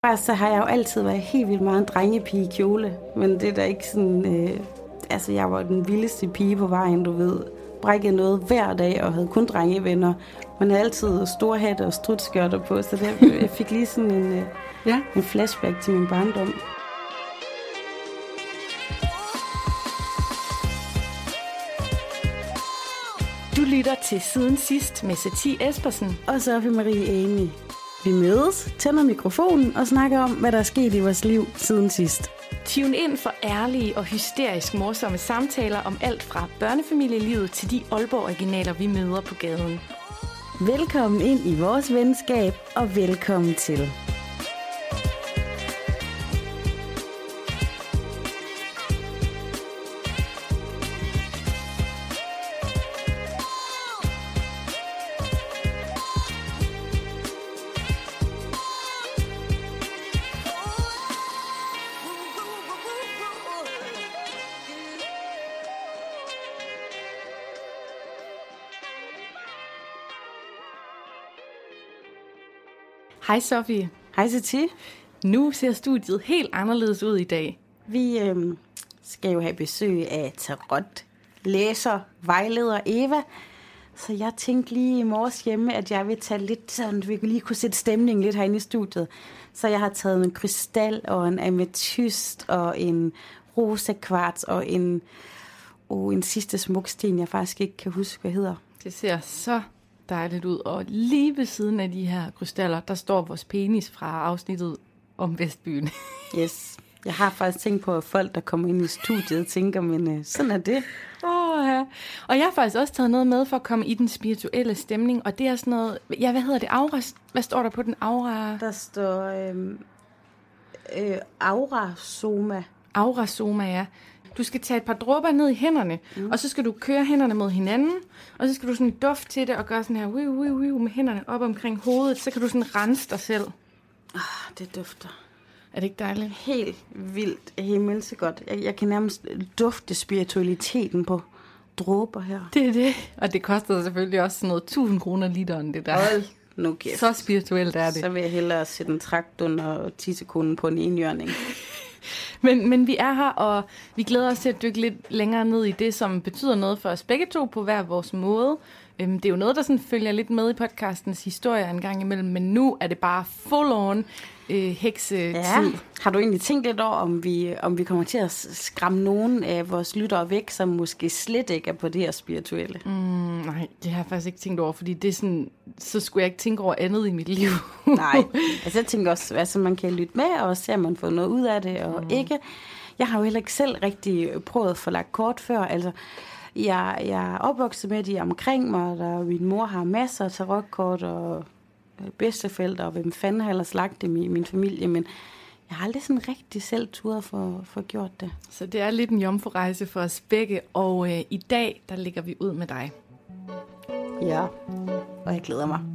Bare så har jeg jo altid været helt vildt meget en drengepige i kjole. Men det er da ikke sådan... altså, jeg var den vildeste pige på vejen, du ved. Brækkede noget hver dag og havde kun drengevenner. Man havde altid store hatte og strutskørter på, så det, jeg fik lige sådan en flashback til min barndom. Du lytter til Siden Sidst med Satie Espersen og Sofie Marie Amy. Vi mødes, tænder mikrofonen og snakker om, hvad der er sket i vores liv siden sidst. Tune ind for ærlige og hysterisk morsomme samtaler om alt fra børnefamilielivet til de Aalborg-originaler, vi møder på gaden. Velkommen ind i vores venskab, og velkommen til. Hej Sofie. Hej Satie. Nu ser studiet helt anderledes ud i dag. Vi skal jo have besøg af tarot, læser, vejleder Eva. Så jeg tænkte lige i morges hjemme, at jeg vil tage lidt sådan, vi lige kunne sætte stemningen lidt herinde i studiet. Så jeg har taget en krystal og en ametyst og en rosa kvarts og en sidste smuksten, jeg faktisk ikke kan huske, hvad hedder. Det ser så dejligt ud, og lige ved siden af de her krystaller, der står vores penis fra afsnittet om Vestbyen. Yes. Jeg har faktisk tænkt på, at folk, der kommer ind i studiet, tænker, men sådan er det. Ja. Og jeg har faktisk også taget noget med for at komme i den spirituelle stemning, og det er sådan noget, ja, hvad hedder det? Aura? Hvad står der på den aura? Der står aurasoma. Aurasoma, ja. Du skal tage et par dråber ned i hænderne, og så skal du køre hænderne mod hinanden, og så skal du sådan dufte til det og gøre sådan her med hænderne op omkring hovedet, så kan du sådan rense dig selv. Det dufter. Er det ikke dejligt? Helt vildt himmelsegodt. Jeg kan nærmest dufte spiritualiteten på dråber her. Det er det. Og det koster selvfølgelig også sådan noget 1000 kroner literen, det der. Hold nu kæft. Så spirituelt er det. Så vil jeg hellere sætte en trakt under tissekunden på en enhjørning. Men vi er her, og vi glæder os til at dykke lidt længere ned i det, som betyder noget for os begge to på hver vores måde. Det er jo noget, der sådan følger lidt med i podcastens historie en gang imellem, men nu er det bare full on heksetid. Ja. Har du egentlig tænkt lidt over, om vi kommer til at skræmme nogen af vores lyttere væk, som måske slet ikke er på det her spirituelle? Nej, det har jeg faktisk ikke tænkt over, fordi det er sådan, så skulle jeg ikke tænke over andet i mit liv. Nej, altså jeg tænker også, altså man kan lytte med, og se, om man får noget ud af det, og ikke. Jeg har jo heller ikke selv rigtig prøvet at få lagt kort før, altså jeg er opvokset med de omkring mig, der min mor har masser af tarotkort og bedsteforældre, og hvem fanden har ellers lagt dem i min familie, men jeg har aldrig sådan rigtig selv turet for gjort det. Så det er lidt en jomfrurejse for os begge, og i dag, der ligger vi ud med dig. Ja, og jeg glæder mig.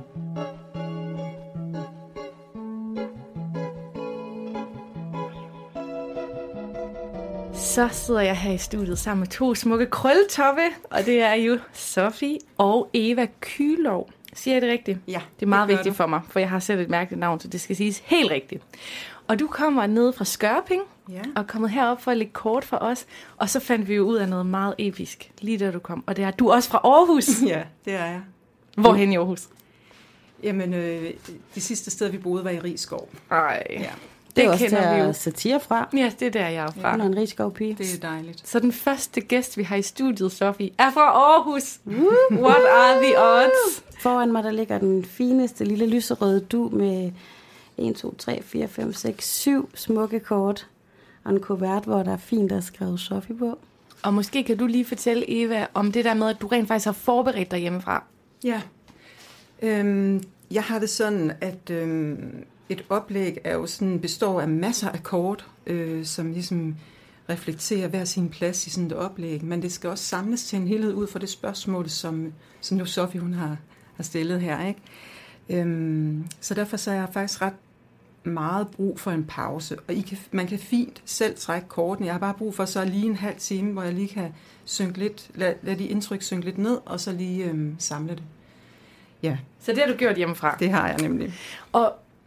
Så sidder jeg her i studiet sammen med to smukke krølletoppe, og det er jo Sofie og Eva Kühlov. Siger jeg det rigtigt? Ja. Det er meget vigtigt for mig, for jeg har selv et mærkeligt navn, så det skal siges helt rigtigt. Og du kommer ned fra Skørping, og er kommet herop for at lægge kort for os, og så fandt vi jo ud af noget meget episk, lige da du kom. Og det er, du er også fra Aarhus. Ja, det er jeg. Hvorhen i Aarhus? Jamen, det sidste sted, vi boede, var i Rigskov. Ej, ja. Det er også der Satie fra. Ja, det er der, jeg er fra. Hun er en Rigskov-pige. Det er dejligt. Så den første gæst, vi har i studiet, Sofie, er fra Aarhus. What are the odds? Foran mig, der ligger den fineste lille lyserøde du med 1, 2, 3, 4, 5, 6, 7 smukke kort. Og en kuvert, hvor der er fint, der er skrevet Sofie på. Og måske kan du lige fortælle, Eva, om det der med, at du rent faktisk har forberedt dig hjemmefra. Ja. Jeg har det sådan, at et oplæg er jo sådan, består af masser af kort, som ligesom reflekterer hver sin plads i sådan et oplæg. Men det skal også samles til en helhed ud fra det spørgsmål, som nu Sofie hun har stillet her, ikke? Så derfor så er jeg faktisk ret meget brug for en pause. Og man kan fint selv trække kortene. Jeg har bare brug for så lige en halv time, hvor jeg lige kan synke lidt, lad de indtryk synke lidt ned, og så lige samle det. Ja. Så det har du gjort hjemmefra? Det har jeg nemlig. Og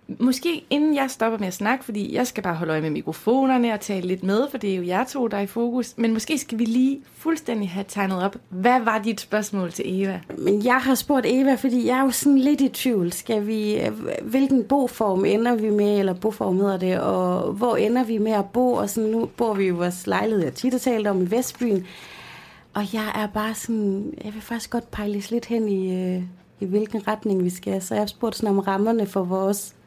Måske inden jeg stopper med at snakke, fordi jeg skal bare holde øje med mikrofonerne og tale lidt med, for det er jo jer to, der er i fokus. Men måske skal vi lige fuldstændig have tegnet op. Hvad var dit spørgsmål til Eva? Men jeg har spurgt Eva, fordi jeg er jo sådan lidt i tvivl. Hvilken boform ender vi med, eller boform hedder det, og hvor ender vi med at bo? Og sådan, nu bor vi i vores lejlighed, jeg tit har talt om, i Vestbyen. Og jeg er bare sådan, jeg vil faktisk godt pejles lidt hen i hvilken retning vi skal. Så jeg har spurgt sådan om rammerne for vores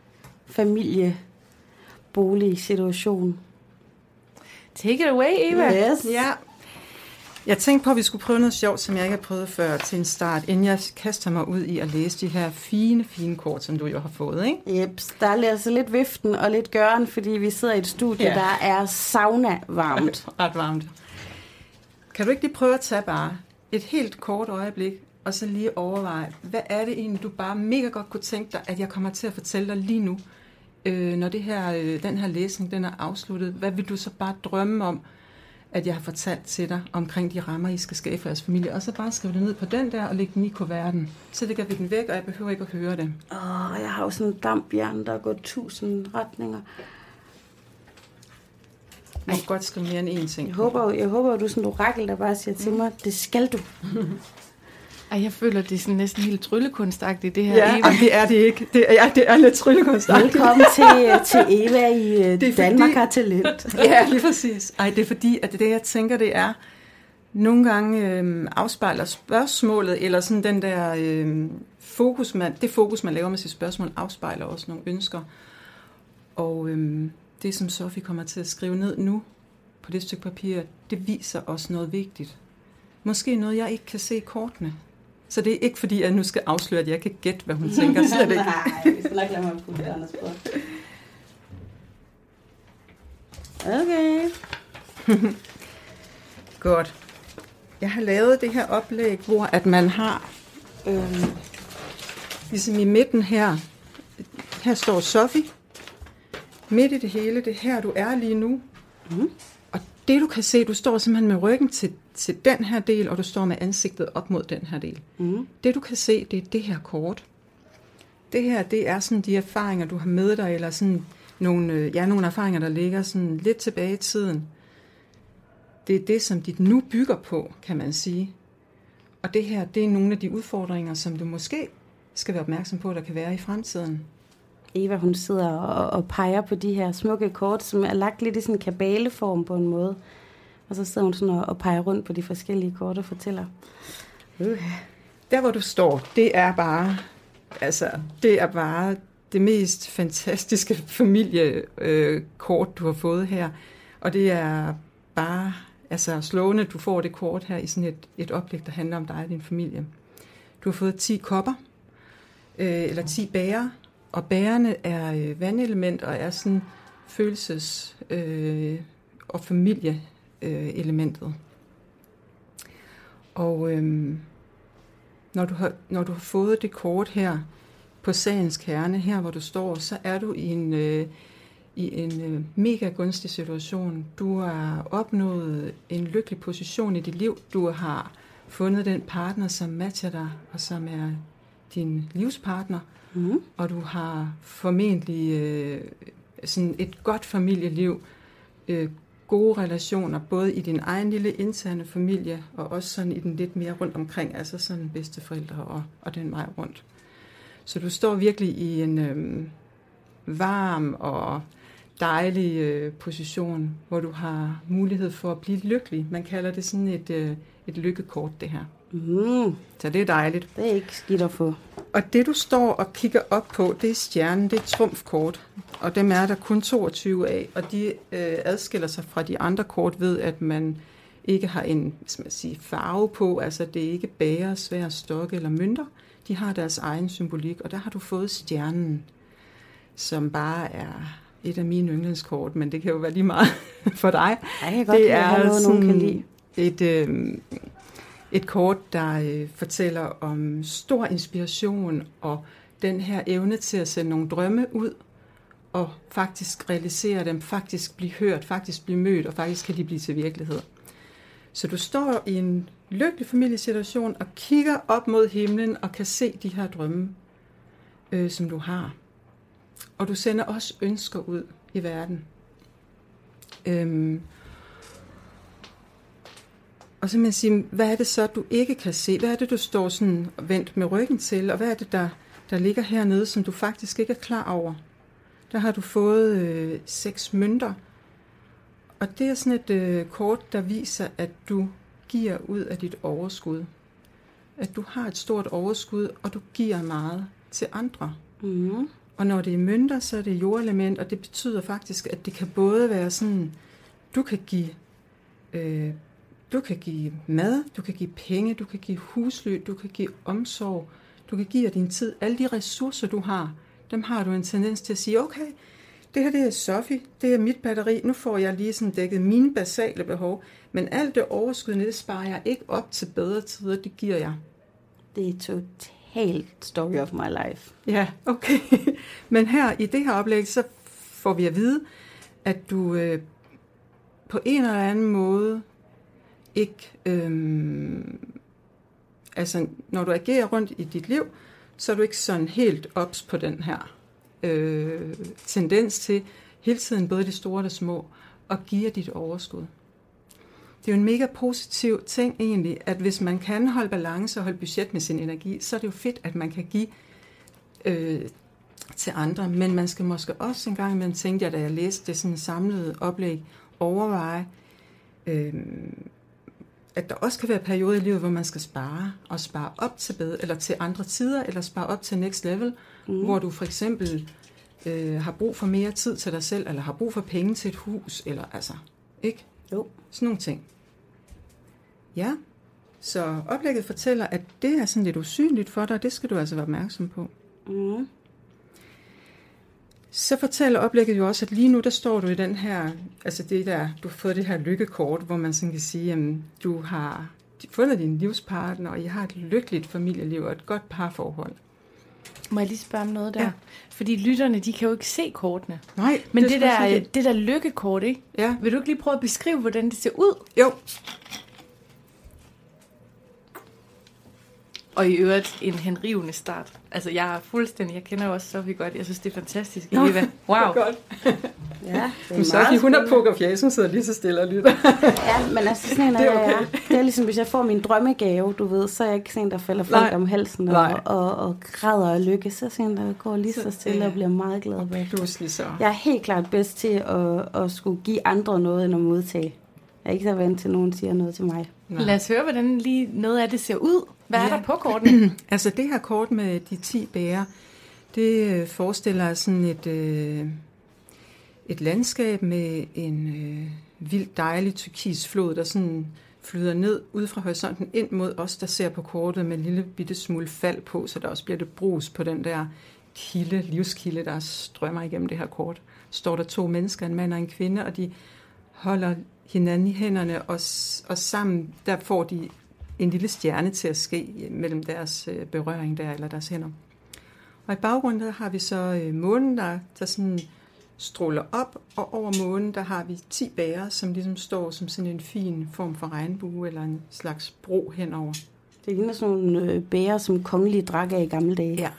familieboligsituation. Take it away, Eva. Yes. Ja. Jeg tænkte på, at vi skulle prøve noget sjovt, som jeg ikke har prøvet før til en start, inden jeg kaster mig ud i at læse de her fine kort, som du jo har fået, ikke? Jeps, der er altså lidt viften og lidt gøren, fordi vi sidder i et studie, der er sauna-varmt. Ret varmt. Kan du ikke lige prøve at tage bare et helt kort øjeblik, og så lige overveje, hvad er det egentlig, du bare mega godt kunne tænke dig, at jeg kommer til at fortælle dig lige nu, når den her læsning den er afsluttet. Hvad vil du så bare drømme om, at jeg har fortalt til dig omkring de rammer, I skal skabe for jeres familie? Og så bare skrive det ned på den der og lægge den i kuverten. Så lægger vi den væk, og jeg behøver ikke at høre det. Jeg har jo sådan en dampjern, der går 1000 retninger. Du må godt skrive mere end én ting. Jeg håber, du er sådan en orakel, der bare siger til mig, det skal du. Ej, jeg føler, det er sådan næsten helt tryllekunstagtigt, det her. Ja, Eva. det er det ikke. Det er lidt tryllekunstagtigt. Velkommen til Eva i Danmark har talent. Ja, lige præcis. Ej, det er fordi, at det jeg tænker, det er, nogle gange afspejler spørgsmålet, eller sådan den der fokus, man laver med sit spørgsmål, afspejler også nogle ønsker. Og det, som Sofie kommer til at skrive ned nu, på det stykke papir, det viser også noget vigtigt. Måske noget, jeg ikke kan se i kortene. Så det er ikke fordi, jeg nu skal afsløre, at jeg kan gætte, hvad hun tænker. Slet ikke. Nej, vi skal nok lade mig putte det andet på. Okay. Godt. Jeg har lavet det her oplæg, hvor at man har, ligesom i midten her står Sofie. Midt i det hele, det her, du er lige nu. Og det, du kan se, du står simpelthen med ryggen til den her del, og du står med ansigtet op mod den her del. Det, du kan se, det er det her kort. Det her, det er sådan de erfaringer, du har med dig, eller sådan nogle erfaringer, der ligger sådan lidt tilbage i tiden. Det er det, som dit nu bygger på, kan man sige. Og det her, det er nogle af de udfordringer, som du måske skal være opmærksom på, der kan være i fremtiden. Eva, hun sidder og peger på de her smukke kort, som er lagt lidt i sådan en kabaleform på en måde. Og så sidder hun sådan og peger rundt på de forskellige kort og fortæller. Der, hvor du står, det er bare det mest fantastiske familiekort, du har fået her. Og det er bare slående, du får det kort her i sådan et oplæg, der handler om dig og din familie. Du har fået 10 kopper, eller 10 bærer. Og bærerne er vandelement og er sådan følelses- og familieelementet. Og når du har fået det kort her på sagens kerne, her hvor du står, så er du i en mega gunstig situation. Du har opnået en lykkelig position i dit liv. Du har fundet den partner, som matcher dig, og som er din livspartner. Og du har formentlig sådan et godt familieliv, gode relationer, både i din egen lille interne familie, og også sådan i den lidt mere rundt omkring, altså sådan bedsteforældre og den vej rundt. Så du står virkelig i en varm og dejlig position, hvor du har mulighed for at blive lykkelig. Man kalder det sådan et lykkekort, det her. Så det er dejligt. Det er ikke skidt at få. Og det, du står og kigger op på, det er stjernen, det er trumfkort. Og dem er der kun 22 af, og de adskiller sig fra de andre kort ved, at man ikke har en farve på, altså det er ikke bæger, svær, stokke eller mønter. De har deres egen symbolik, og der har du fået stjernen, som bare er et af mine yndlingskort, men det kan jo være lige meget for dig. Jeg kan godt lide at have noget, nogen kan lide. Et kort, der fortæller om stor inspiration og den her evne til at sende nogle drømme ud og faktisk realisere dem, faktisk blive hørt, faktisk blive mødt, og faktisk kan de blive til virkelighed. Så du står i en lykkelig familiesituation og kigger op mod himlen og kan se de her drømme, som du har. Og du sender også ønsker ud i verden. Og så man sige, hvad er det så, du ikke kan se? Hvad er det, du står sådan vendt med ryggen til? Og hvad er det, der ligger hernede, som du faktisk ikke er klar over? Der har du fået 6 mønter. Og det er sådan et kort, der viser, at du giver ud af dit overskud. At du har et stort overskud, og du giver meget til andre. Mm. Og når det er mønter, så er det jordelement, og det betyder faktisk, at det kan både være sådan, du kan give mad, du kan give penge, du kan give husly, du kan give omsorg, du kan give af din tid. Alle de ressourcer, du har, dem har du en tendens til at sige, okay, det her det er Sofie, det er mit batteri, nu får jeg lige sådan dækket mine basale behov, men alt det overskud, det sparer jeg ikke op til bedre tider, det giver jeg. Det er totalt story of my life. Ja, okay. Men her i det her oplæg, så får vi at vide, at du på en eller anden måde ikke, altså når du agerer rundt i dit liv, så er du ikke sådan helt ops på den her tendens til hele tiden, både de store og de små, at give dit overskud. Det er jo en mega positiv ting egentlig, at hvis man kan holde balance og holde budget med sin energi, så er det jo fedt, at man kan give til andre. Men man skal måske også en gang imellem, tænkte jeg, da jeg læste det sådan samlede oplæg, overveje, at der også kan være perioder i livet, hvor man skal spare, og spare op til bedre, eller til andre tider, eller spare op til next level, hvor du for eksempel har brug for mere tid til dig selv, eller har brug for penge til et hus, eller altså, ikke? Jo. Sådan nogle ting. Ja, så oplægget fortæller, at det er sådan lidt usynligt for dig, og det skal du altså være opmærksom på. Mm. Så fortæller oplægget jo også, at lige nu, der står du i den her, altså det der, du har fået det her lykkekort, hvor man sådan kan sige, at du har fundet din livspartner, og I har et lykkeligt familieliv og et godt parforhold. Må jeg lige spørge om noget der? Ja. Fordi lytterne, de kan jo ikke se kortene. Nej, Men det der lykkekort, ikke? Ja. Vil du ikke lige prøve at beskrive, hvordan det ser ud? Jo. Og i øvrigt en henrivende start. Altså jeg kender jo også Sofie godt. Jeg synes, det er fantastisk. Eva. Wow. Det er godt. Ja, det Men Sofie, hun har pokerfjæs, hun sidder lige så stille og lytter. Ja, men altså sådan det er okay. Det er ligesom, hvis jeg får min drømmegave, du ved, så er jeg ikke sådan, der falder folk om halsen og græder og lykke. Så er sådan, der går lige så stille og bliver meget glad. Pludselig så. Jeg er helt klart bedst til at skulle give andre noget, end at modtage. Jeg er ikke så vant til, at nogen siger noget til mig. Nej. Lad os høre, hvordan lige noget af det ser ud. Hvad er der på kortene? Altså det her kort med de 10 bærer, det forestiller sådan et landskab med en vildt dejlig turkis flod, der sådan flyder ned ud fra horisonten ind mod os, der ser på kortet med en lille bitte smule fald på, så der også bliver det brus på den der livskilde, der strømmer igennem det her kort. Står der 2 mennesker, en mand og en kvinde, og de holder hinanden i hænderne, og sammen der får de en lille stjerne til at ske mellem deres berøring der, eller deres hænder. Og i baggrunden der har vi så månen, der sådan stråler op, og over månen der har vi 10 bærer, som ligesom står som sådan en fin form for regnbue, eller en slags bro henover. Det ligner sådan nogle bærer, som kongelige drak af i gamle dage. Ja.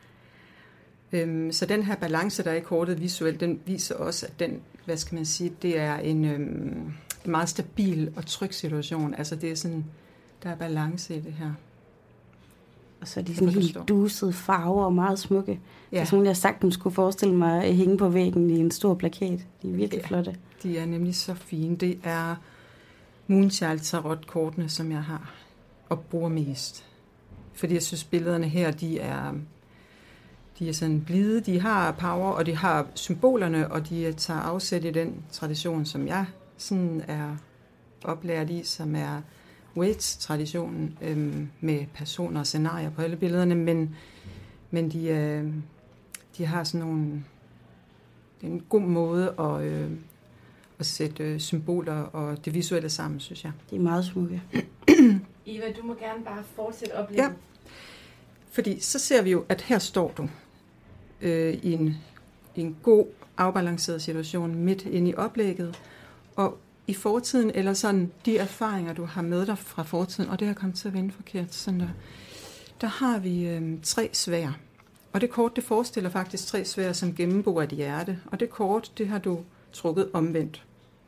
Så den her balance, der er i kortet visuelt, den viser også, at den, hvad skal man sige, det er en meget stabil og tryg situation. Altså det er sådan, der er balance i det her. Og så er de sådan helt dusede farver og meget smukke. Ja. Det er sådan, jeg sagtens kunne forestille mig at hænge på væggen i en stor plakat. De er virkelig flotte. De er nemlig så fine. Det er Moonchild Tarot-kortene, som jeg har og bruger mest. Fordi jeg synes, billederne her, de er sådan blide, de har power, og de har symbolerne, og de tager afsæt i den tradition, som jeg sådan er oplært i, som er Waits-traditionen, med personer og scenarier på alle billederne, men de har sådan nogle, det er en god måde at sætte symboler og det visuelle sammen, synes jeg. Det er meget smukke. Eva, du må gerne bare fortsætte oplægget. Ja, fordi så ser vi jo, at her står du i en god, afbalanceret situation midt inde i oplægget, og i fortiden, eller sådan de erfaringer, du har med dig fra fortiden, og det har kommet til at vende forkert, sådan der har vi 3 sværd. Og det kort, det forestiller faktisk 3 sværd, som gennemborer et hjerte. Og det kort, det har du trukket omvendt.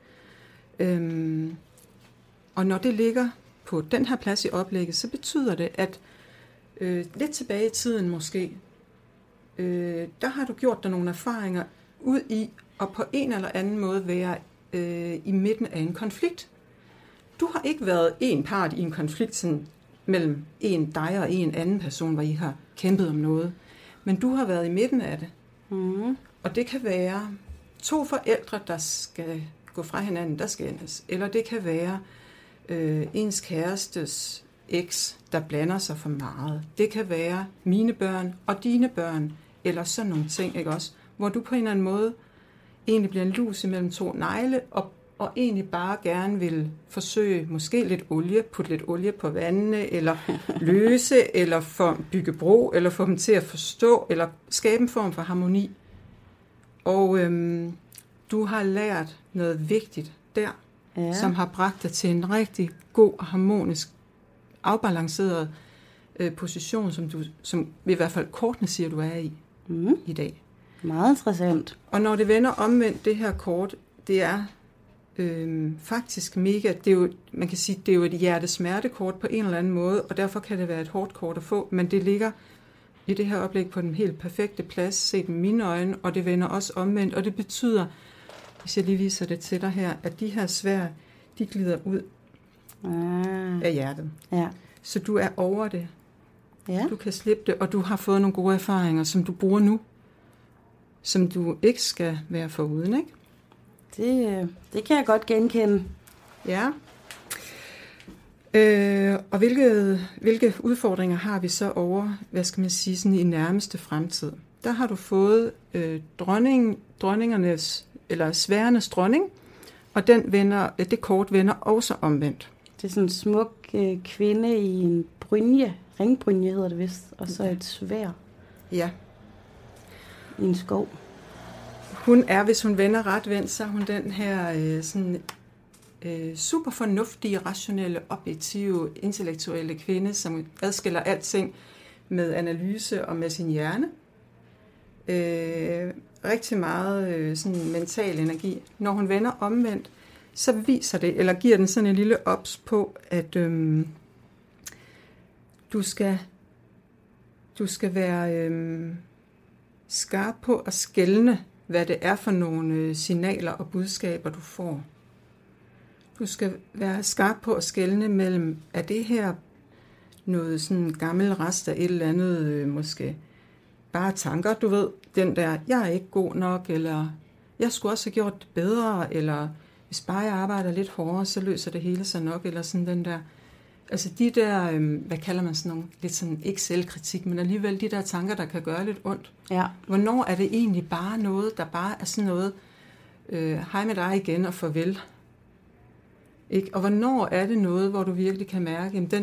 Og når det ligger på den her plads i oplægget, så betyder det, at lidt tilbage i tiden måske, der har du gjort dig nogle erfaringer ud i, og på en eller anden måde være i midten af en konflikt. Du har ikke været en part i en konflikt sådan, mellem dig og en anden person, hvor I har kæmpet om noget. Men du har været i midten af det. Mm. Og det kan være 2 forældre, der skal gå fra hinanden, der skændes. Eller det kan være ens kærestes eks, der blander sig for meget. Det kan være mine børn og dine børn, eller sådan nogle ting, ikke også? Hvor du på en eller anden måde egentlig bliver en lus imellem 2 negle, og egentlig bare gerne vil forsøge måske lidt olie, putte lidt olie på vandene, eller løse, eller bygge bro, eller få dem til at forstå, eller skabe en form for harmoni. Og du har lært noget vigtigt der, som har bragt dig til en rigtig god og harmonisk, afbalanceret position, som i hvert fald kortene siger, du er i i dag. Meget interessant. Og når det vender omvendt, det her kort, det er faktisk mega, det er jo, man kan sige, det er jo et hjertesmertekort på en eller anden måde, og derfor kan det være et hårdt kort at få, men det ligger i det her oplæg på den helt perfekte plads, set med mine øjne, og det vender også omvendt, og det betyder, hvis jeg lige viser det til dig her, at de her sværd, de glider ud af hjertet. Ja. Så du er over det. Ja. Du kan slippe det, og du har fået nogle gode erfaringer, som du bruger nu, som du ikke skal være foruden, ikke? Det kan jeg godt genkende. Ja. Og hvilke udfordringer har vi så over, hvad skal man sige, sådan i nærmeste fremtid? Der har du fået dronningernes, eller sværernes dronning, og det kort vender også omvendt. Det er sådan en smuk kvinde i en brynje, ringbrynje hedder det vist, og så et sværd. Ja. I en skov. Hun er, hvis hun vender retvendt, så er hun den her super fornuftige, rationelle, objektive, intellektuelle kvinde, som adskiller alting med analyse og med sin hjerne. Rigtig meget sådan mental energi. Når hun vender omvendt, så viser det, eller giver den sådan en lille ops på, at du skal være skarp på at skelne, hvad det er for nogle signaler og budskaber, du får. Du skal være skarp på at skelne mellem, er det her noget sådan gammel rest af et eller andet, måske bare tanker, du ved, den der, jeg er ikke god nok, eller jeg skulle også have gjort det bedre, eller hvis bare jeg arbejder lidt hårdere, så løser det hele sig nok, eller sådan den der, altså de der, hvad kalder man sådan nogle, lidt sådan ikke selvkritik, men alligevel de der tanker, der kan gøre lidt ondt. Ja. Hvornår er det egentlig bare noget, der bare er sådan noget, hej med dig igen og farvel. Ikke? Og hvornår er det noget, hvor du virkelig kan mærke, at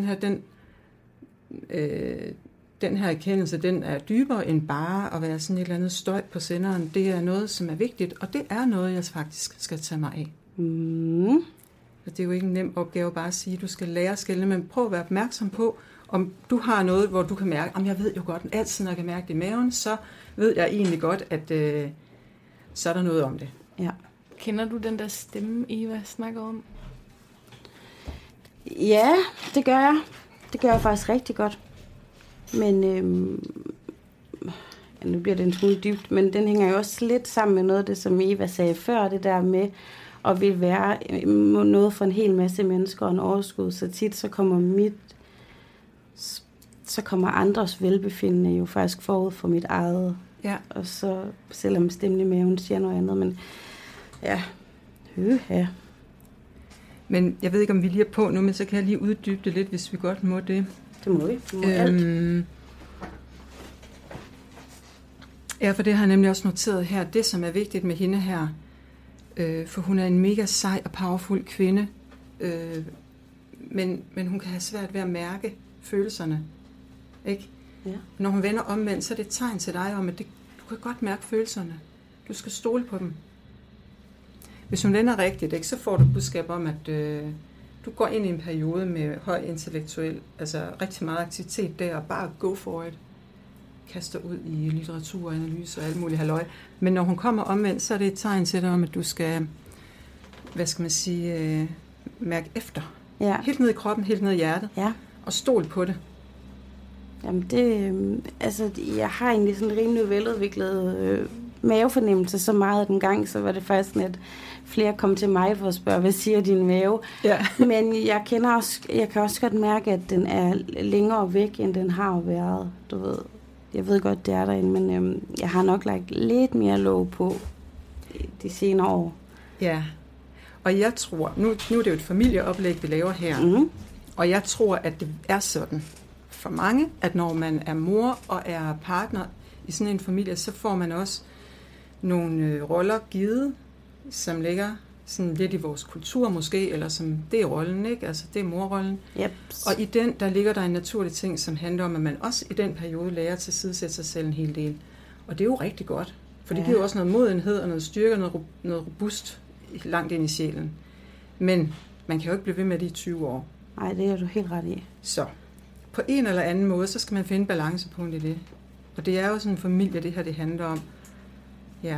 den her erkendelse, den er dybere end bare at være sådan et eller andet støj på senderen. Det er noget, som er vigtigt, og det er noget, jeg faktisk skal tage mig af. Mm. Og det er jo ikke en nem opgave bare at sige, at du skal lære at skelne, men prøv at være opmærksom på, om du har noget, hvor du kan mærke, at jeg ved jo godt, at altid når jeg kan mærke det i maven, så ved jeg egentlig godt, at så er der noget om det. Ja. Kender du den der stemme, Eva snakker om? Ja, det gør jeg. Det gør jeg faktisk rigtig godt. Men nu bliver det en smule dybt, men den hænger jo også lidt sammen med noget af det, som Eva sagde før, det der med at vil være noget for en hel masse mennesker og en overskud. Så tit så kommer andres velbefindende jo faktisk forud for mit eget. Ja. Og så, selvom stemmen i maven siger noget andet, men ja, ja. Men jeg ved ikke, om vi lige er på nu, men så kan jeg lige uddybe det lidt, hvis vi godt må det. Det må vi. Det må alt. Ja, for det har jeg nemlig også noteret her. Det, som er vigtigt med hende her, for hun er en mega sej og powerful kvinde, men hun kan have svært ved at mærke følelserne. Ikke? Ja. Når hun vender omvendt, så er det et tegn til dig om, at du kan godt mærke følelserne. Du skal stole på dem. Hvis hun vender rigtigt, ikke, så får du budskab om, at du går ind i en periode med høj intellektuel, altså rigtig meget aktivitet der, og bare go for it. kaster ud i litteratur, analyse og alt muligt halløj. Men når hun kommer omvendt, så er det et tegn til dig om, at du skal, mærke efter. Ja. Helt ned i kroppen, helt ned i hjertet. Ja. Og stol på det. Jamen jeg har egentlig sådan en rimelig veludviklet mavefornemmelse så meget, at en gang, så var det faktisk sådan, at flere kom til mig for at spørge, hvad siger din mave? Ja. Men jeg kan også godt mærke, at den er længere væk, end den har været. Du ved, jeg ved godt, det er derinde, men jeg har nok lagt lidt mere låg på de senere år. Ja, og jeg tror, nu er det jo et familieoplæg, vi laver her, og jeg tror, at det er sådan for mange, at når man er mor og er partner i sådan en familie, så får man også nogle roller givet, som ligger sådan lidt i vores kultur måske, eller som det er rollen, ikke? Altså det er morrollen. Yep. Og i den, der ligger der en naturlig ting, som handler om, at man også i den periode lærer at tilsidesætte sig selv en hel del. Og det er jo rigtig godt, for det giver jo også noget modenhed og noget styrke og noget robust langt ind i sjælen. Men man kan jo ikke blive ved med det i 20 år. Nej, det er du helt ret i. Så på en eller anden måde, så skal man finde balancepunkt i det. Og det er jo sådan en familie, det her det handler om. Ja.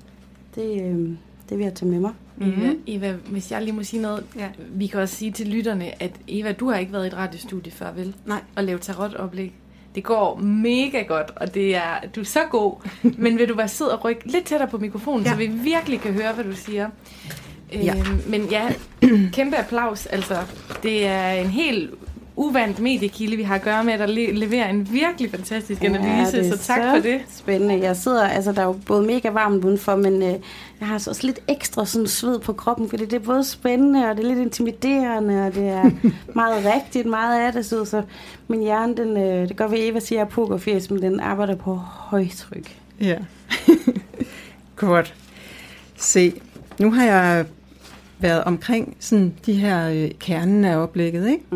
Det vil jeg tage med mig. Eva, hvis jeg lige må sige noget. Ja. Vi kan også sige til lytterne, at Eva, du har ikke været i et radiostudie før, vel? Nej. Og lave tarotoplæg. Det går mega godt, og du er så god. Men vil du bare sidde og rykke lidt tættere på mikrofonen, så vi virkelig kan høre, hvad du siger? Ja. Men ja, kæmpe applaus. Altså, det er en helt uvandt mediekilde, vi har at gøre med, der leverer en virkelig fantastisk analyse, så tak for det. Spændende. Jeg sidder, der er jo både mega varmt udenfor, men jeg har også lidt ekstra sådan sved på kroppen, fordi det er både spændende, og det er lidt intimiderende, og det er meget rigtigt, meget af det. Så min hjerne, det gør ved Eva siger, at pokerfjes, men den arbejder på højtryk. Ja. Godt. Se, nu har jeg været omkring sådan de her kernen af oplægget, ikke?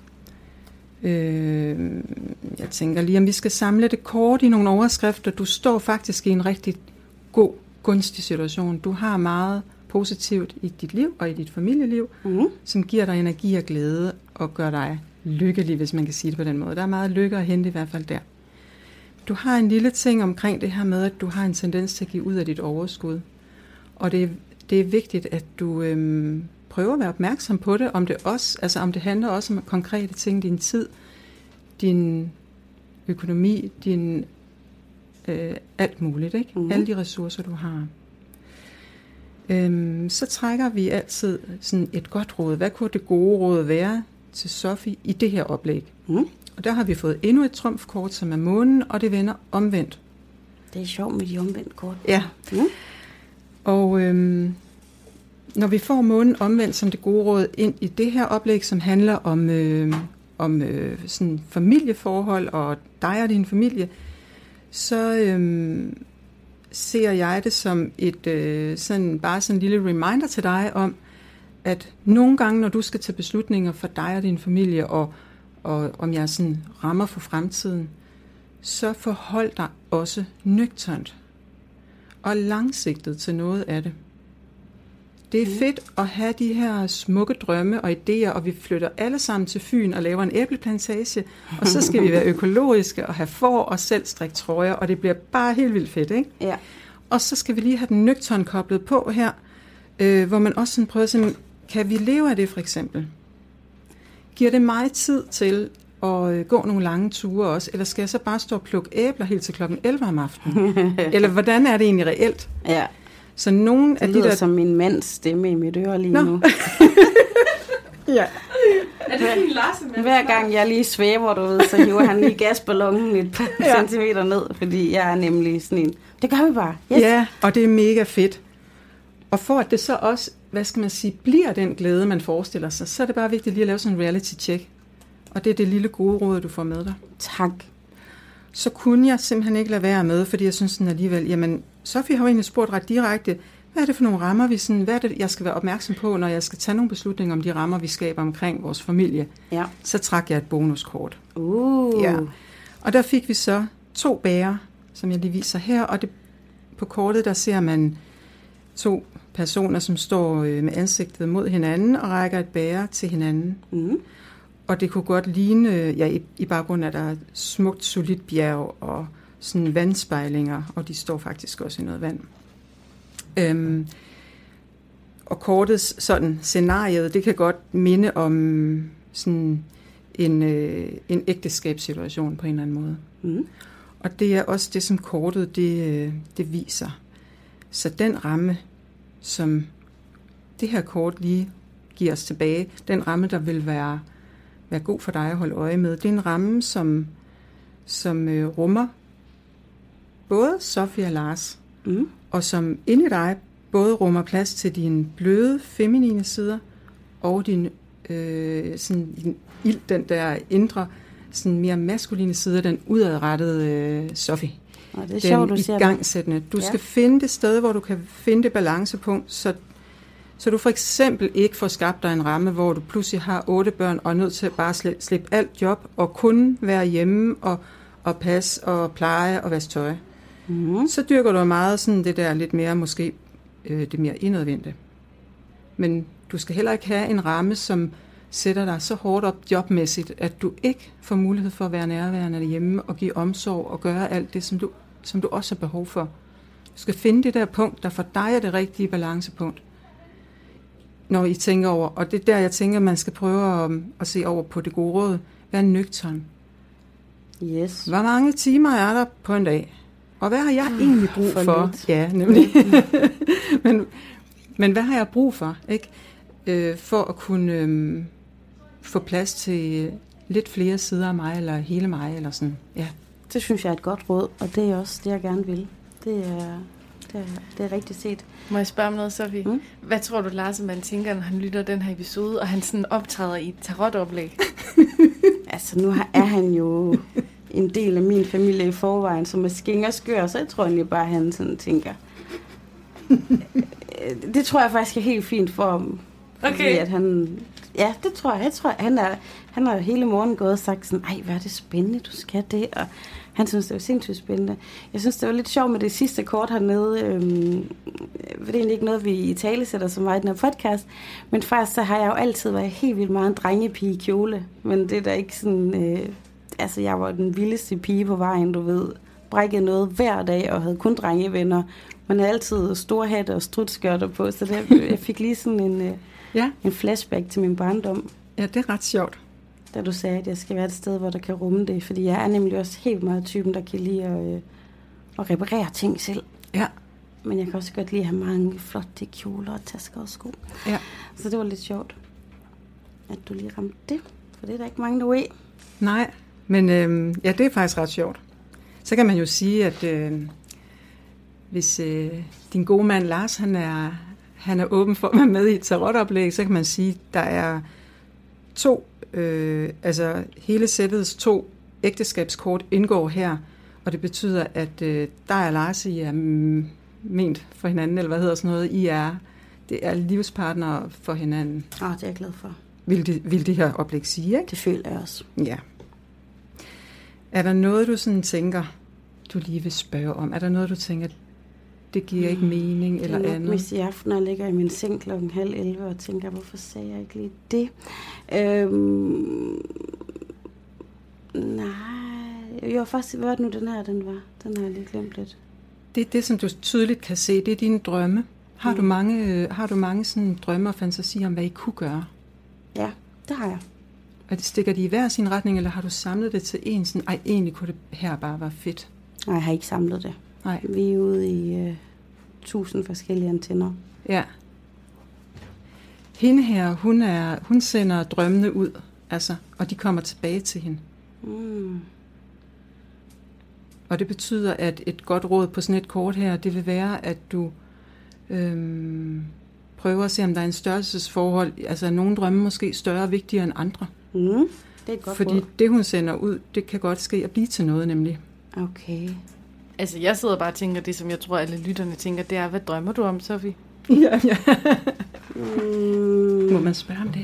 Jeg tænker lige, om vi skal samle det kort i nogle overskrifter. Du står faktisk i en rigtig god, gunstig situation. Du har meget positivt i dit liv og i dit familieliv, som giver dig energi og glæde og gør dig lykkelig, hvis man kan sige det på den måde. Der er meget lykke at hente i hvert fald der. Du har en lille ting omkring det her med, at du har en tendens til at give ud af dit overskud. Og det er vigtigt, at du prøver at være opmærksom på det, om det handler også om konkrete ting, din tid, din økonomi, din alt muligt, ikke? Alle de ressourcer, du har. Så trækker vi altid sådan et godt råd. Hvad kunne det gode råd være til Sofie i det her oplæg? Og der har vi fået endnu et trumfkort, som er månen, og det vender omvendt. Det er sjovt med de omvendt kort. Ja. Og når vi får månen omvendt som det gode råd ind i det her oplæg, som handler om sådan familieforhold og dig og din familie, så ser jeg det som et sådan en lille reminder til dig om, at nogle gange, når du skal tage beslutninger for dig og din familie, og om jeg sådan rammer for fremtiden, så forhold dig også nøgternt og langsigtet til noget af det. Det er fedt at have de her smukke drømme og idéer, og vi flytter alle sammen til Fyn og laver en æbleplantage, og så skal vi være økologiske og have får og selv strikke trøjer, og det bliver bare helt vildt fedt, ikke? Ja. Og så skal vi lige have den nøgtern koblet på her, hvor man også sådan prøver at sige, kan vi leve af det for eksempel? Giver det mig tid til at gå nogle lange ture også, eller skal jeg så bare stå og plukke æbler helt til klokken 11 om aftenen? Eller hvordan er det egentlig reelt? Ja. Så nogle af de der som min mands stemme i mit øre lige nu. Ja. Er det din Larsen? Hver gang jeg lige svæver, du ved, så hiver han lige gasballonen et par centimeter ned, fordi jeg er nemlig sådan en. Det gør vi bare. Yes. Ja, og det er mega fedt. Og for at det så også, bliver den glæde, man forestiller sig, så er det bare vigtigt lige at lave sådan en reality check. Og det er det lille gode råd, du får med dig. Tak. Så kunne jeg simpelthen ikke lade være med, fordi jeg synes sådan alligevel, jamen, Sofie har jo egentlig spurgt ret direkte, hvad er det for nogle rammer, hvad er det, jeg skal være opmærksom på, når jeg skal tage nogle beslutninger om de rammer, vi skaber omkring vores familie. Ja. Så trak jeg et bonuskort. Ja. Og der fik vi så 2 bærer, som jeg lige viser her, og på kortet, der ser man 2 personer, som står med ansigtet mod hinanden og rækker et bære til hinanden. Og det kunne godt ligne, i baggrunden er der et smukt, solidt bjerg og sådan vandspejlinger, og de står faktisk også i noget vand. Og kortets sådan scenariet, det kan godt minde om sådan en ægteskabssituation på en eller anden måde. Mm. Og det er også det, som kortet det viser. Så den ramme, som det her kort lige giver os tilbage, den ramme, der vil være god for dig at holde øje med, det er en ramme, som rummer både Sofie og Lars, og som inde i dig både rummer plads til dine bløde, feminine sider, og din den der indre, sådan mere maskuline side, den udadrettede Sofie. Og det er sjovt, du siger igangsættende. Du skal finde det sted, hvor du kan finde det balancepunkt, så du for eksempel ikke får skabt dig en ramme, hvor du pludselig har 8 børn og er nødt til at bare slippe alt job og kun være hjemme og passe og pleje og vaske tøj. Mm. Så dyrker du meget sådan det der lidt mere, måske det mere indadvendte. Men du skal heller ikke have en ramme, som sætter dig så hårdt op jobmæssigt, at du ikke får mulighed for at være nærværende hjemme og give omsorg og gøre alt det, som du også har behov for. Du skal finde det der punkt, der for dig er det rigtige balancepunkt, når I tænker over. Og det er der, jeg tænker, man skal prøve at se over på det gode råd. Vær nøgtern. Yes. Hvor mange timer er der på en dag? Og hvad har jeg egentlig brug for? Ja, nemlig. men hvad har jeg brug for? Ikke? For at kunne få plads til lidt flere sider af mig, eller hele mig, eller sådan. Ja. Det synes jeg er et godt råd, og det er også det, jeg gerne vil. Det er rigtigt set. Må jeg spørge om noget, Sofie? Mm? Hvad tror du, Lars, man tænker, når han lytter den her episode, og han sådan optræder i et tarotoplæg? Altså, nu er han jo en del af min familie i forvejen, som er skæng og skør, så jeg tror egentlig bare, han sådan tænker. Det tror jeg faktisk er helt fint for ham. Okay. At han, ja, det tror jeg. Jeg tror, han har hele morgen gået og sagt sådan, ej, hvad er det spændende, du skal det, og han synes, det var sindssygt spændende. Jeg synes, det var lidt sjovt med det sidste kort hernede, for det er egentlig ikke noget, vi i tale sætter så meget i den her podcast, men faktisk så har jeg jo altid været helt vildt meget en drengepige i kjole, men det er da ikke sådan, altså jeg var den vildeste pige på vejen, du ved, brækkede noget hver dag og havde kun drengevenner. Man havde altid store hatte og strutskørter på, så jeg fik lige sådan en flashback til min barndom. Ja, det er ret sjovt. Da du sagde, at jeg skal være et sted, hvor der kan rumme det. Fordi jeg er nemlig også helt meget typen, der kan lide at reparere ting selv. Ja. Men jeg kan også godt lide at have mange flotte kjoler og tasker og sko. Ja. Så det var lidt sjovt, at du lige ramte det. For det er der ikke mange, der ved. Nej, men ja, det er faktisk ret sjovt. Så kan man jo sige, at hvis din gode mand Lars, han er åben for at være med i et tarotoplæg, så kan man sige, at der er 2, altså hele sættets 2 ægteskabskort indgår her, og det betyder, at dig og Lars, I er ment for hinanden, eller hvad hedder sådan noget, det er livspartnere for hinanden. Det er jeg glad for. Vil det her oplæg sige, ikke? Det føler jeg også. Ja. Er der noget, du sådan tænker, du lige vil spørge om? Er der noget, du tænker, det giver ikke mening eller andet? Det er nok mest i aften, når jeg ligger i min seng 10:30 og tænker, hvorfor sagde jeg ikke lige det? Nej, jo faktisk, hvad var det nu den her, den var? Den har jeg lige glemt lidt. Det er det, som du tydeligt kan se, det er dine drømme. Har du mange sådan drømme og fantasier om, hvad I kunne gøre? Ja, det har jeg. Stikker de i hver sin retning, eller har du samlet det til en sådan, ej, egentlig kunne det her bare være fedt? Nej, jeg har ikke samlet det. Nej. Vi er ude i 1000 forskellige antenner. Ja. Hende her, hun sender drømmene ud, altså, og de kommer tilbage til hende. Mm. Og det betyder, at et godt råd på sådan et kort her, det vil være, at du prøver at se, om der er en størrelsesforhold. Altså, nogle drømme måske større og vigtigere end andre. Mm. Det er et godt Fordi råd. Det, hun sender ud, det kan godt ske at blive til noget, nemlig. Okay. Altså, jeg sidder bare og tænker, det som jeg tror, alle lytterne tænker, det er, hvad drømmer du om, Sofie? Ja. Må man spørge om det?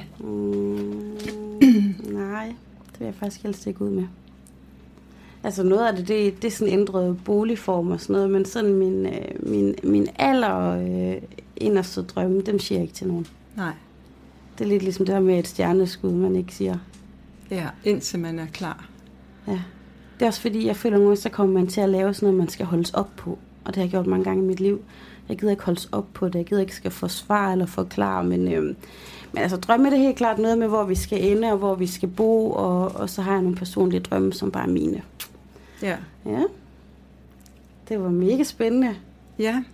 Nej, det vil jeg faktisk helst ikke ud med. Altså noget af det er sådan ændrede boligform og sådan noget, men sådan min inderste drømme, dem siger jeg ikke til nogen. Nej. Det er lidt ligesom det her med et stjerneskud, man ikke siger. Ja, indtil man er klar. Ja. Det er også fordi, jeg føler nogle så kommer man til at lave sådan noget, man skal holdes op på. Og det har jeg gjort mange gange i mit liv. Jeg gider ikke holdes op på det. Jeg gider ikke skal forsvare eller forklare. Men altså drømme er det helt klart noget med, hvor vi skal ende og hvor vi skal bo. Og så har jeg nogle personlige drømme, som bare er mine. Ja. Ja. Det var mega spændende. Ja.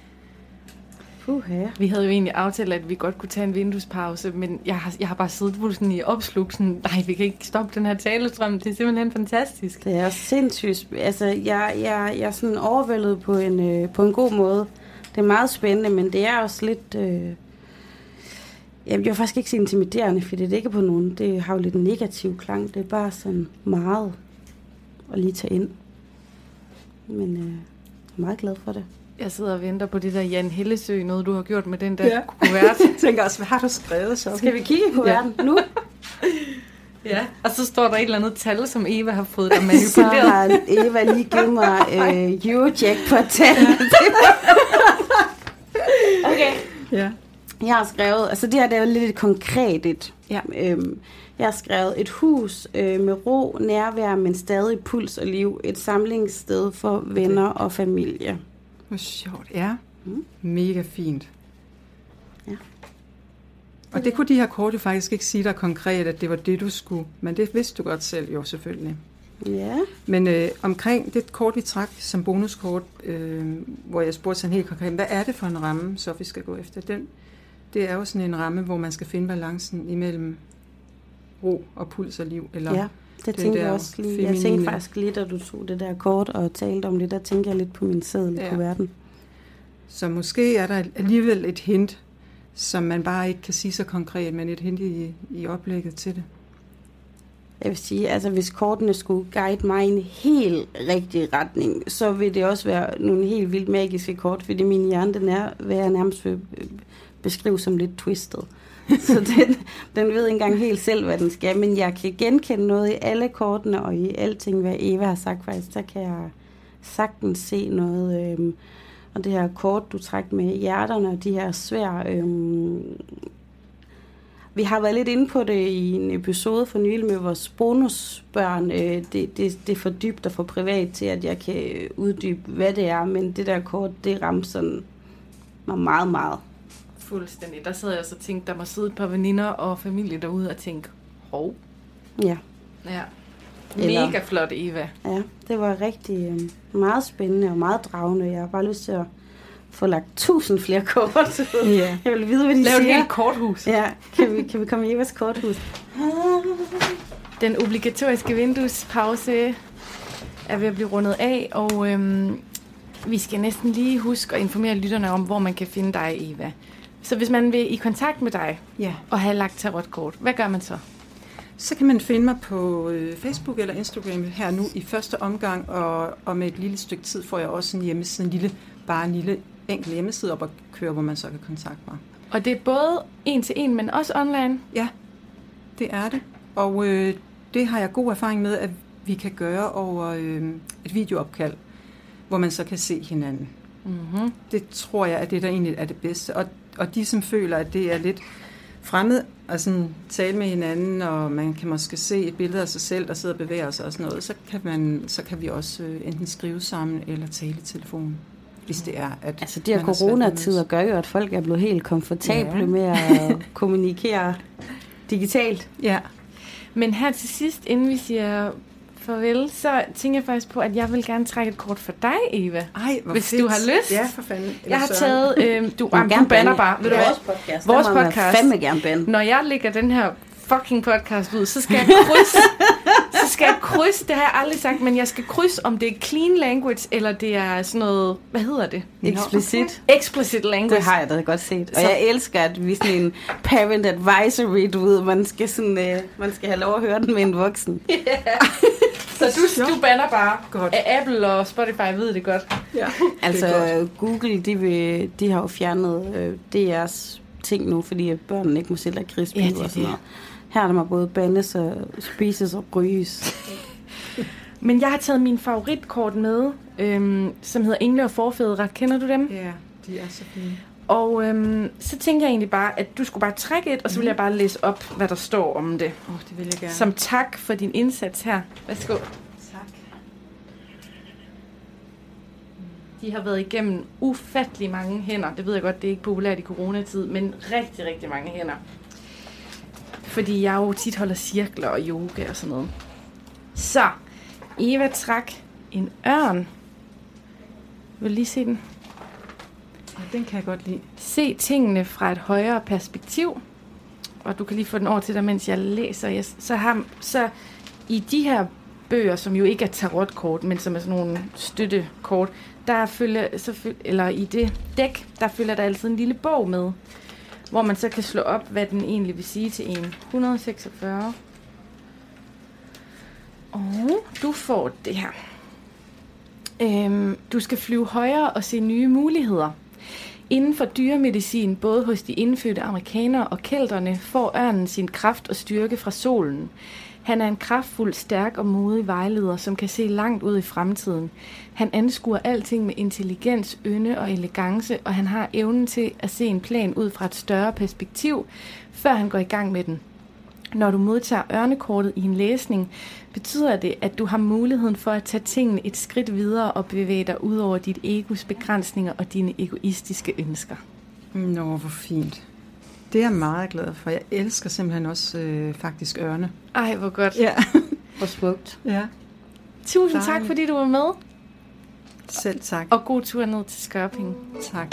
Vi havde jo egentlig aftalt, at vi godt kunne tage en vinduespause, men jeg har bare siddet fuldstændig i opslug, sådan, nej, vi kan ikke stoppe den her talestrøm, det er simpelthen fantastisk. Det er sindssygt. Altså, jeg er sådan overvældet på en god måde. Det er meget spændende, men det er også lidt... jeg vil faktisk ikke sige intimiderende, fordi det ikke er på nogen. Det har jo lidt en negativ klang. Det er bare sådan meget at lige tage ind. Men jeg er meget glad for det. Jeg sidder og venter på det der Jan Hellesø, noget du har gjort med den der kuvert. Jeg tænker også, hvad har du skrevet så? Skal vi kigge i kuverten nu? Ja, og så står der et eller andet tal, som Eva har fået dig manipuleret. Så har Eva lige givet mig Eurojackpot-tallet. Okay. Ja. Jeg har skrevet, altså det her det er jo lidt konkret. Ja. Jeg har skrevet et hus med ro, nærvær, men stadig puls og liv. Et samlingssted for venner og familie. Hvor sjovt, ja. Mega fint. Ja. Og det kunne de her kort jo faktisk ikke sige dig konkret, at det var det, du skulle. Men det vidste du godt selv jo, selvfølgelig. Ja. Men omkring det kort, vi trak som bonuskort, hvor jeg spurgte sådan helt konkret, hvad er det for en ramme, så vi skal gå efter den? Det er jo sådan en ramme, hvor man skal finde balancen imellem ro og puls og liv. Eller ja, det tænker jeg også lige. Jeg tænkte faktisk lige, da du tog det der kort og talte om det, der tænker jeg lidt på min seddel i kuverten. Så måske er der alligevel et hint, som man bare ikke kan sige så konkret, men et hint i oplægget til det. Jeg vil sige, altså hvis kortene skulle guide mig i en helt rigtig retning, så vil det også være nogle helt vildt magiske kort, fordi min hjerne, den er, hvad jeg nærmest vil beskrive som lidt twisted. Så den ved ikke engang helt selv, hvad den skal, men jeg kan genkende noget i alle kortene og i alting, hvad Eva har sagt faktisk, der kan jeg sagtens se noget. Og det her kort, du trækker med hjerterne, og de her svære... Vi har været lidt inde på det i en episode for nylig med vores bonusbørn. Det er for dybt og for privat til, at jeg kan uddybe, hvad det er, men det der kort, det ramte sådan mig meget, meget. Fuldstændig. Der sad jeg også og tænkte, der må sidde et par veninder og familie derude og tænke, hov. Ja. Ja. Mega flot, Eva. Ja, det var rigtig meget spændende og meget dragende. Jeg har bare lyst til at få lagt 1000 flere kort. Ja. Jeg vil vide, hvad de siger. Lav et helt korthus. Ja, kan vi komme i Evas korthus? Den obligatoriske vinduespause er ved at blive rundet af, og vi skal næsten lige huske at informere lytterne om, hvor man kan finde dig, Eva. Så hvis man vil i kontakt med dig og have lagt tarotkort, hvad gør man så? Så kan man finde mig på Facebook eller Instagram her nu i første omgang, og med et lille stykke tid får jeg også en hjemmeside, en lille enkel hjemmeside op at køre, hvor man så kan kontakte mig. Og det er både en til en, men også online? Ja, det er det. Og det har jeg god erfaring med, at vi kan gøre over et videoopkald, hvor man så kan se hinanden. Mm-hmm. Det tror jeg, at det der egentlig er det bedste. Og de, som føler, at det er lidt fremmed at sådan tale med hinanden, og man kan måske se et billede af sig selv, der sidder og bevæger sig og sådan noget, så kan vi også enten skrive sammen eller tale i telefon, hvis det er, at altså de her coronatider gør jo, at folk er blevet helt komfortable med at kommunikere digitalt. Ja. Men her til sidst, inden vi siger farvel, så tænker jeg faktisk på, at jeg vil gerne trække et kort for dig, Eva. Ej, hvor hvis fedt. du har lyst. Ja, for fanden. Jeg har taget... du banner bare. Ved du hvad? Vores podcast. Fandme gerne bande. Når jeg lægger den her fucking podcast ud, så skal jeg krydse. Det har jeg aldrig sagt, men jeg skal krydse, om det er clean language, eller det er sådan noget... Hvad hedder det? Explicit language. Det har jeg da godt set. Og jeg elsker, at vi sådan en parent advisory, du ved, man skal have lov at høre den med en voksen. Yeah. Så du banner bare. Godt. Apple og Spotify ved det godt. Ja. Altså Google, de har jo fjernet DR's ting nu, fordi børnene ikke må sælge lakridsbiler og sådan noget. Her er der både bandes og spises og ryges. Men jeg har taget min favoritkort med, som hedder Engle og Forfædre. Kender du dem? Ja, de er så fine. Og så tænker jeg egentlig bare, at du skulle bare trække et, og så vil jeg bare læse op, hvad der står om det. Det vil jeg gerne. Som tak for din indsats her. Værsgo. Tak. De har været igennem ufattelig mange hænder. Det ved jeg godt, det er ikke populært i coronatid, men rigtig, rigtig mange hænder. Fordi jeg jo tit holder cirkler og yoga og sådan noget. Så, Eva trak en ørn. Vil du lige se den? Den kan jeg godt lide. Se tingene fra et højere perspektiv. Og du kan lige få den over til dig, mens jeg læser. Så i de her bøger, som jo ikke er tarotkort, men som er sådan nogle støttekort, eller i det dæk, der følger der altid en lille bog med, hvor man så kan slå op, hvad den egentlig vil sige til en. 146. Og du får det her. Du skal flyve højere og se nye muligheder. Inden for dyremedicin, både hos de indfødte amerikanere og kelterne, får ørnen sin kraft og styrke fra solen. Han er en kraftfuld, stærk og modig vejleder, som kan se langt ud i fremtiden. Han anskuer alting med intelligens, ynde og elegance, og han har evnen til at se en plan ud fra et større perspektiv, før han går i gang med den. Når du modtager ørnekortet i en læsning, betyder det, at du har muligheden for at tage tingene et skridt videre og bevæge dig ud over dit egos begrænsninger og dine egoistiske ønsker. Nå, hvor fint. Det er jeg meget glad for. Jeg elsker simpelthen også faktisk ørne. Ej, hvor godt. Ja. Hvor smukt. Ja. Tusind tak, fordi du var med. Selv tak. Og god tur ned til Skørping. Tak.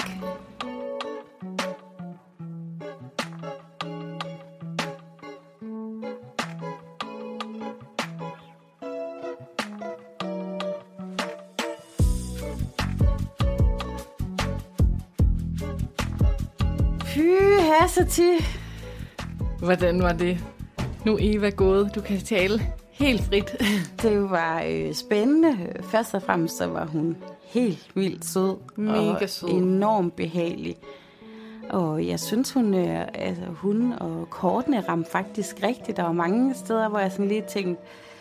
Hvordan var det? Nu er Eva gået. Du kan tale helt frit. Det var spændende. Først og fremmest så var hun helt vildt sød. Mega sød. Og enormt behagelig. Og jeg synes, hun og kortene ramte faktisk rigtigt. Der var mange steder, hvor jeg sådan lige tænkte,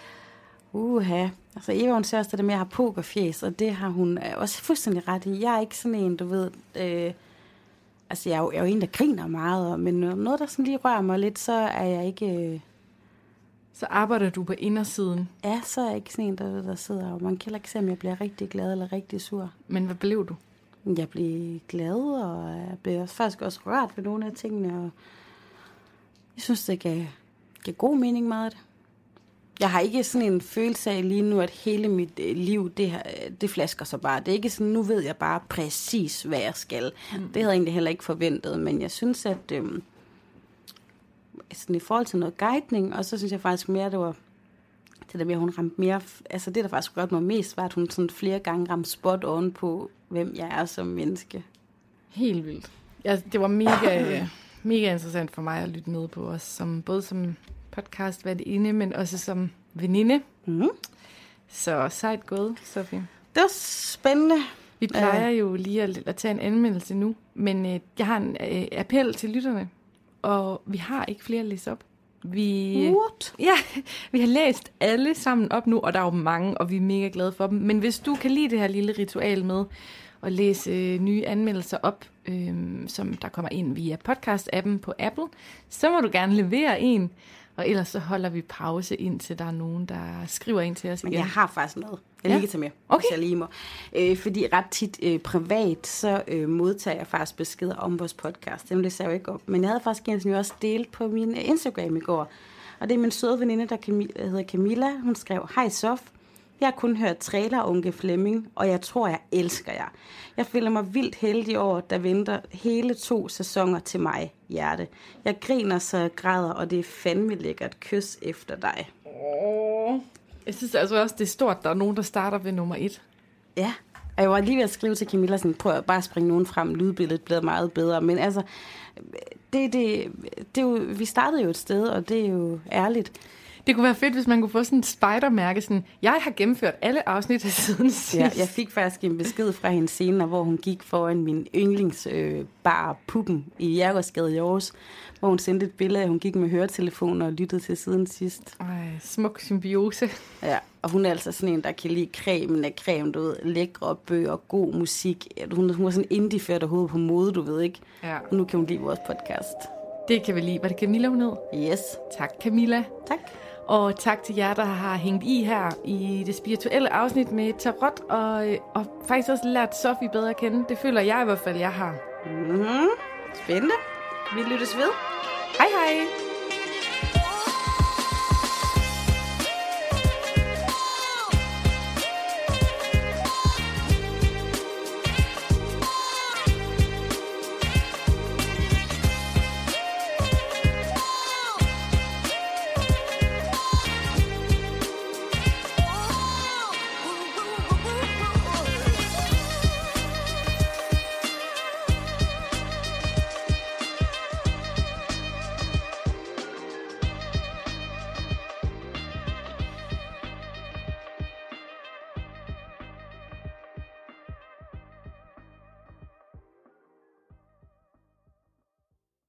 Altså Eva, hun ser også det med at have pokerfjæs, og det har hun også fuldstændig ret i. Jeg er ikke sådan en, du ved... Altså, jeg er jo en, der griner meget, men noget, der sådan lige rører mig lidt, så er jeg ikke... Så arbejder du på indersiden? Ja, så er jeg ikke sådan en, der sidder, og man kan heller ikke se, om jeg bliver rigtig glad eller rigtig sur. Men hvad blev du? Jeg blev glad, og jeg blev faktisk også rørt ved nogle af tingene, og jeg synes, det gav god mening meget af det. Jeg har ikke sådan en følelse af lige nu, at hele mit liv, det flasker sig bare. Det er ikke sådan, nu ved jeg bare præcis, hvad jeg skal. Det havde jeg egentlig heller ikke forventet, men jeg synes, at sådan i forhold til noget guidning, og så synes jeg faktisk mere, det var det der med, at hun ramte mere, altså det, der faktisk godt mig mest, var, at hun sådan flere gange ramte spot on på, hvem jeg er som menneske. Helt vildt. Ja, det var mega interessant for mig at lytte med på os, både som podcast værtinde, men også som veninde. Mm-hmm. Så sejt gået, Sofie. Det var spændende. Vi plejer jo lige at tage en anmeldelse nu, men jeg har en appel til lytterne, og vi har ikke flere at læse op. What? Ja, vi har læst alle sammen op nu, og der er jo mange, og vi er mega glade for dem. Men hvis du kan lide det her lille ritual med at læse nye anmeldelser op, som der kommer ind via podcast-appen på Apple, så må du gerne levere en. Og ellers så holder vi pause, indtil der er nogen, der skriver ind til os igen. Men jeg har faktisk noget. Jeg lige kan tage med, okay. Hvis jeg lige må. Fordi ret tit privat, så modtager jeg faktisk beskeder om vores podcast. Dem læser jeg jo ikke op. Men jeg havde faktisk en, som jeg også delt på min Instagram i går. Og det er min søde veninde, der hedder Camilla. Hun skrev, hej Sof. Jeg har kun hørt trailer Onkel Flemming, og jeg tror, jeg elsker jer. Jeg føler mig vildt heldig over, der venter hele 2 sæsoner til mig, hjerte. Jeg griner, så jeg græder, og det er fandme lækkert. Kys efter dig. Jeg synes altså også, det er stort, der er nogen, der starter ved nummer 1. Ja, og jeg var lige ved at skrive til Camilla, sådan, prøv at bare springe nogen frem, lydbilledet bliver meget bedre. Men altså, det er jo, vi startede jo et sted, og det er jo ærligt. Det kunne være fedt, hvis man kunne få sådan et spider-mærke, sådan, jeg har gennemført alle afsnit siden sidst. Ja, jeg fik faktisk en besked fra hende senere, hvor hun gik foran min yndlingsbar Puppen i Jærgårdsgade i Aarhus, hvor hun sendte et billede af, hun gik med høretelefoner og lyttede til siden sidst. Ej, smuk symbiose. Ja, og hun er altså sådan en, der kan lide cremen af creme, du ved, lækre bøger, god musik. Hun var sådan indie-færd og hovedet på mode, du ved ikke. Ja. Og nu kan hun lide vores podcast. Det kan vi lide. Var det Camilla, hun hed? Yes. Tak, Camilla. Tak. Og tak til jer, der har hængt i her i det spirituelle afsnit med tarot, og faktisk også lært Sofie bedre at kende. Det føler jeg i hvert fald, jeg har. Spændende. Vi lyttes ved. Hej hej!